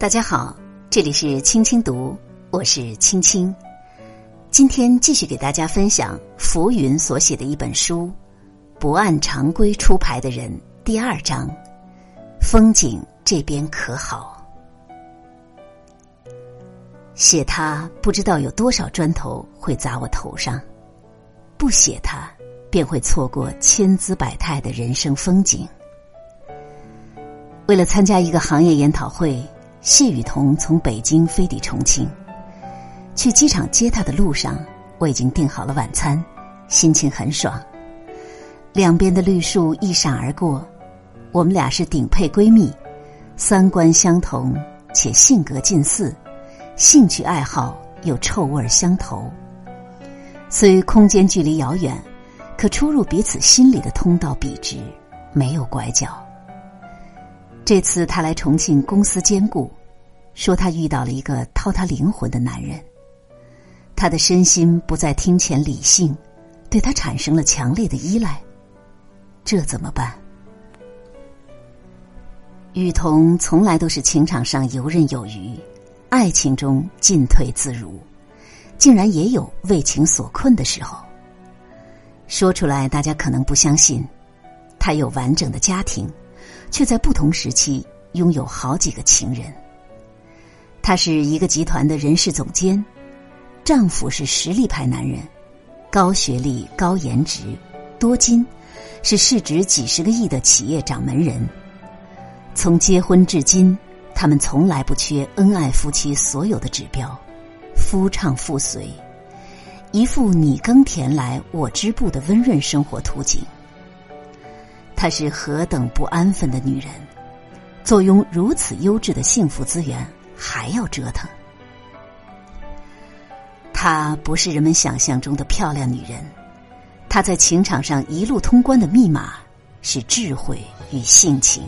大家好，这里是青青读，我是青青。今天继续给大家分享浮云所写的一本书《不按常规出牌的人》第2章，风景这边可好。写它不知道有多少砖头会砸我头上，不写它便会错过千姿百态的人生风景。为了参加一个行业研讨会，谢雨桐从北京飞抵重庆。去机场接她的路上，我已经订好了晚餐，心情很爽。两边的绿树一闪而过，我们俩是顶配闺蜜，三观相同且性格近似，兴趣爱好又臭味相投。虽空间距离遥远，可出入彼此心里的通道笔直，没有拐角。这次他来重庆公司兼顾，说他遇到了一个掏他灵魂的男人，他的身心不再听钱理性，对他产生了强烈的依赖，这怎么办？雨桐从来都是情场上游刃有余，爱情中进退自如，竟然也有为情所困的时候。说出来大家可能不相信，他有完整的家庭，却在不同时期拥有好几个情人。他是一个集团的人事总监，丈夫是实力派男人，高学历高颜值多金，是市值几十个亿的企业掌门人。从结婚至今，他们从来不缺恩爱夫妻所有的指标，夫唱妇随，一副你耕田来我织布的温润生活图景。她是何等不安分的女人，坐拥如此优质的幸福资源，还要折腾。她不是人们想象中的漂亮女人，她在情场上一路通关的密码是智慧与性情。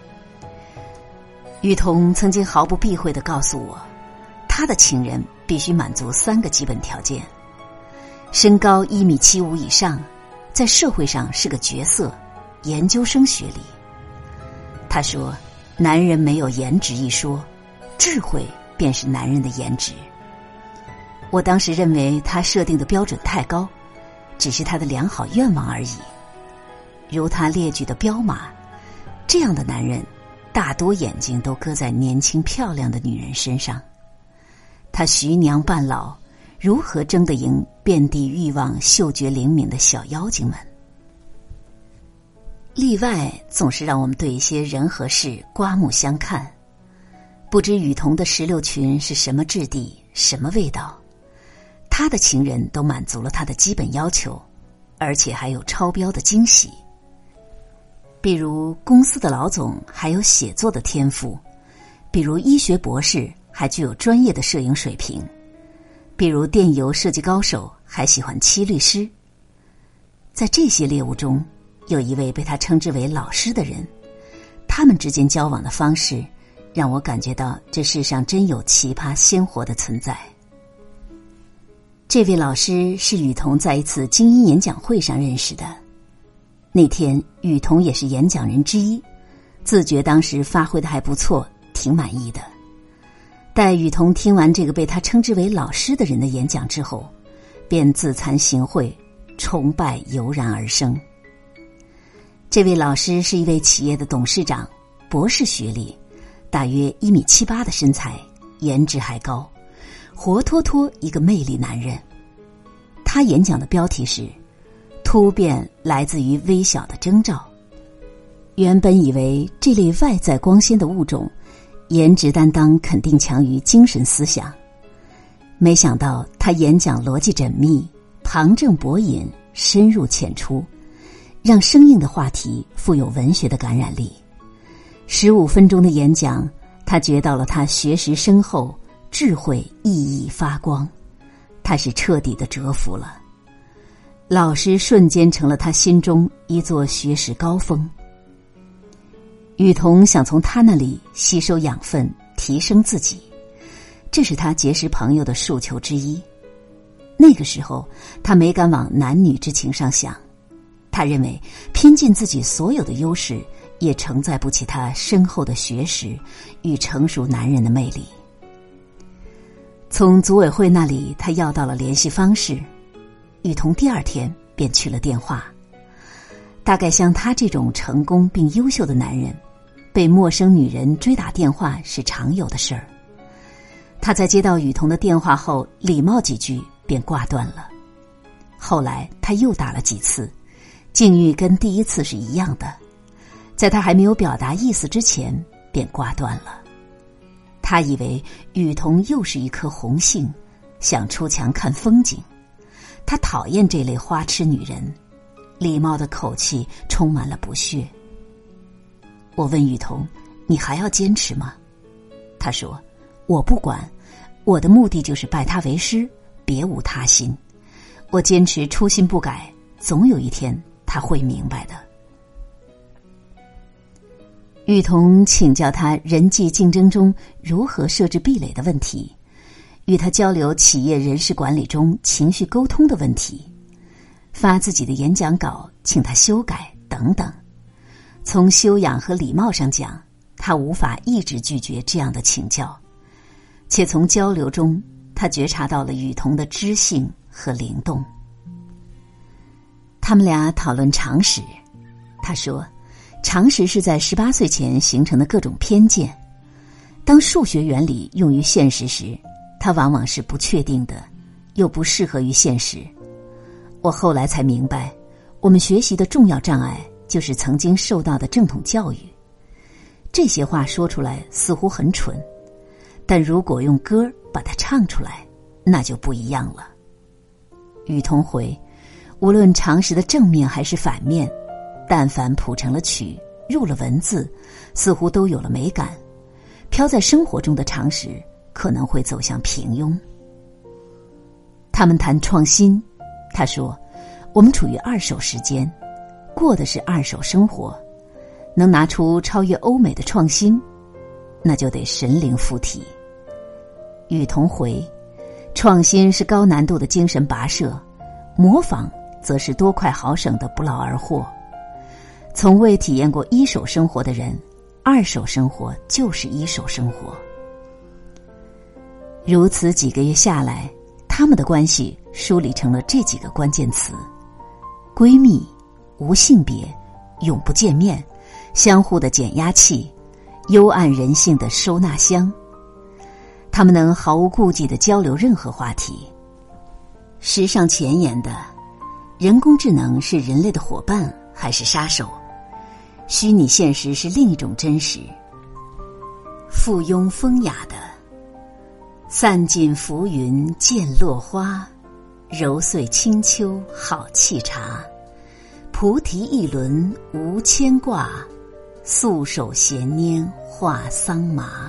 雨桐曾经毫不避讳地告诉我，她的情人必须满足3个基本条件：身高1.75米以上，在社会上是个角色，研究生学历。他说，男人没有颜值一说，智慧便是男人的颜值。我当时认为他设定的标准太高，只是他的良好愿望而已。如他列举的标码，这样的男人大多眼睛都搁在年轻漂亮的女人身上。他徐娘半老，如何争得赢遍地欲望嗅觉灵敏的小妖精们？例外总是让我们对一些人和事刮目相看。不知雨桐的16裙是什么质地，什么味道，他的情人都满足了他的基本要求，而且还有超标的惊喜。比如公司的老总还有写作的天赋，比如医学博士还具有专业的摄影水平，比如电邮设计高手还喜欢妻律师。在这些猎物中，有一位被他称之为老师的人，他们之间交往的方式让我感觉到这世上真有奇葩鲜活的存在。这位老师是雨桐在一次精英演讲会上认识的。那天雨桐也是演讲人之一，自觉当时发挥的还不错，挺满意的。待雨桐听完这个被他称之为老师的人的演讲之后，便自惭形秽，崇拜油然而生。这位老师是一位企业的董事长，博士学历，大约1.78米的身材，颜值还高，活脱脱一个魅力男人。他演讲的标题是突变来自于微小的征兆。原本以为这类外在光鲜的物种，颜值担当肯定强于精神思想，没想到他演讲逻辑缜密，旁证博引，深入浅出，让生硬的话题富有文学的感染力。15分钟的演讲，他觉到了他学识深厚，智慧熠熠发光，他是彻底的折服了。老师瞬间成了他心中一座学识高峰。雨桐想从他那里吸收养分，提升自己，这是他结识朋友的诉求之一。那个时候他没敢往男女之情上想，他认为拼尽自己所有的优势也承载不起他深厚的学识与成熟男人的魅力。从组委会那里他要到了联系方式，雨桐第二天便去了电话。大概像他这种成功并优秀的男人，被陌生女人追打电话是常有的事儿。他在接到雨桐的电话后，礼貌几句便挂断了。后来他又打了几次，境遇跟第一次是一样的，在他还没有表达意思之前便挂断了。他以为雨桐又是一颗红杏，想出墙看风景。他讨厌这类花痴女人，礼貌的口气充满了不屑。我问雨桐，你还要坚持吗？他说，我不管，我的目的就是拜他为师，别无他心。我坚持初心不改，总有一天他会明白的。雨桐请教他人际竞争中如何设置壁垒的问题，与他交流企业人事管理中情绪沟通的问题，发自己的演讲稿请他修改等等。从修养和礼貌上讲，他无法一直拒绝这样的请教，且从交流中他觉察到了雨桐的知性和灵动。他们俩讨论常识，他说常识是在18岁前形成的各种偏见，当数学原理用于现实时，它往往是不确定的，又不适合于现实。我后来才明白，我们学习的重要障碍就是曾经受到的正统教育。这些话说出来似乎很蠢，但如果用歌把它唱出来，那就不一样了。雨桐回，无论常识的正面还是反面，但凡谱成了曲，入了文字，似乎都有了美感。飘在生活中的常识可能会走向平庸。他们谈创新，他说，我们处于二手时间，过的是二手生活，能拿出超越欧美的创新，那就得神灵附体。雨桐回，创新是高难度的精神跋涉，模仿则是多快好省的不劳而获。从未体验过一手生活的人，二手生活就是一手生活。如此几个月下来，他们的关系梳理成了这几个关键词：闺蜜、无性别、永不见面、相互的减压器、幽暗人性的收纳箱。他们能毫无顾忌地交流任何话题。时尚前沿的，人工智能是人类的伙伴还是杀手？虚拟现实是另一种真实。附庸风雅的，散尽浮云见落花，揉碎清秋好沏茶。菩提一轮无牵挂，素手闲拈画桑麻。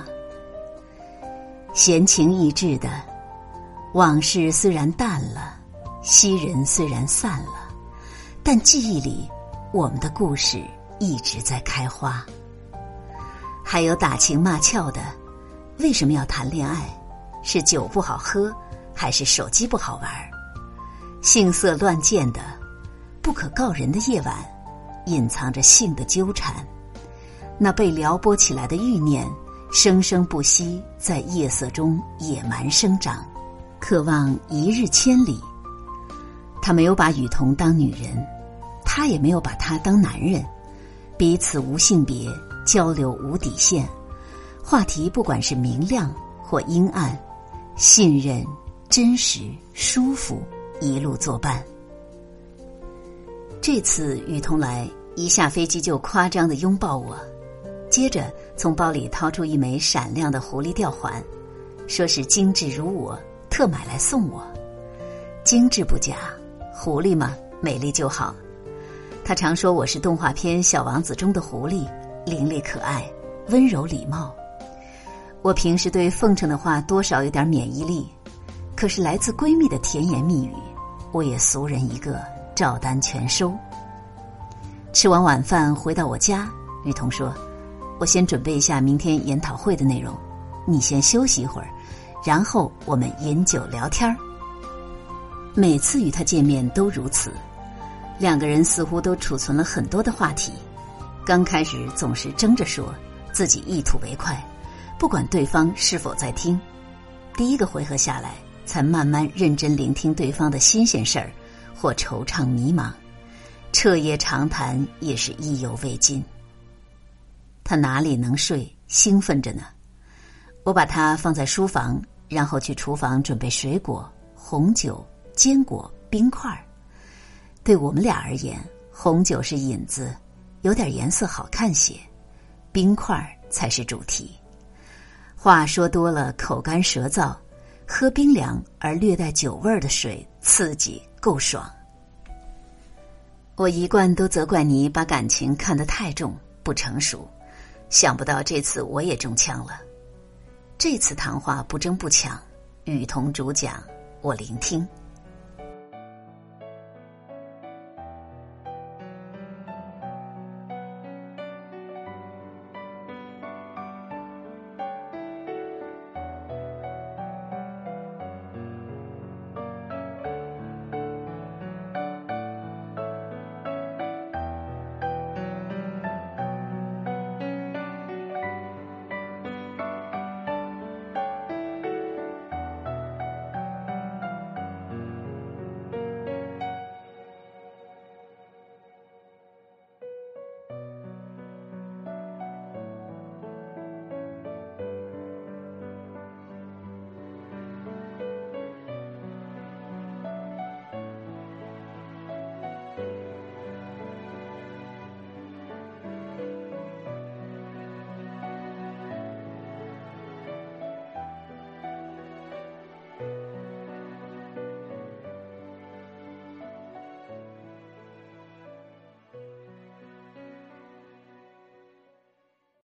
闲情逸致的，往事虽然淡了，昔人虽然散了，但记忆里我们的故事一直在开花。还有打情骂俏的，为什么要谈恋爱？是酒不好喝，还是手机不好玩？性色乱溅的，不可告人的夜晚，隐藏着性的纠缠。那被撩拨起来的欲念，生生不息，在夜色中野蛮生长，渴望一日千里。他没有把雨桐当女人，他也没有把她当男人，彼此无性别，交流无底线，话题不管是明亮或阴暗，信任、真实、舒服，一路作伴。这次雨桐来，一下飞机就夸张地拥抱我，接着从包里掏出一枚闪亮的狐狸吊环，说是精致如我，特买来送我。精致不假，狐狸嘛，美丽就好。他常说我是动画片《小王子》中的狐狸，伶俐可爱，温柔礼貌。我平时对奉承的话多少有点免疫力，可是来自闺蜜的甜言蜜语，我也俗人一个，照单全收。吃完晚饭回到我家，雨桐说，我先准备一下明天研讨会的内容，你先休息一会儿，然后我们饮酒聊天。每次与他见面都如此，两个人似乎都储存了很多的话题。 刚开始总是争着说自己一吐为快，不管对方是否在听。第一个回合下来，才慢慢认真聆听对方的新鲜事儿或惆怅迷茫，彻夜长谈也是意犹未尽。他哪里能睡，兴奋着呢。我把他放在书房，然后去厨房准备水果、红酒、坚果、冰块。对我们俩而言，红酒是引子，有点颜色好看些，冰块才是主题。话说多了口干舌燥，喝冰凉而略带酒味的水刺激够爽。我一贯都责怪你把感情看得太重，不成熟，想不到这次我也中枪了。这次谈话不争不抢，雨桐主讲，我聆听。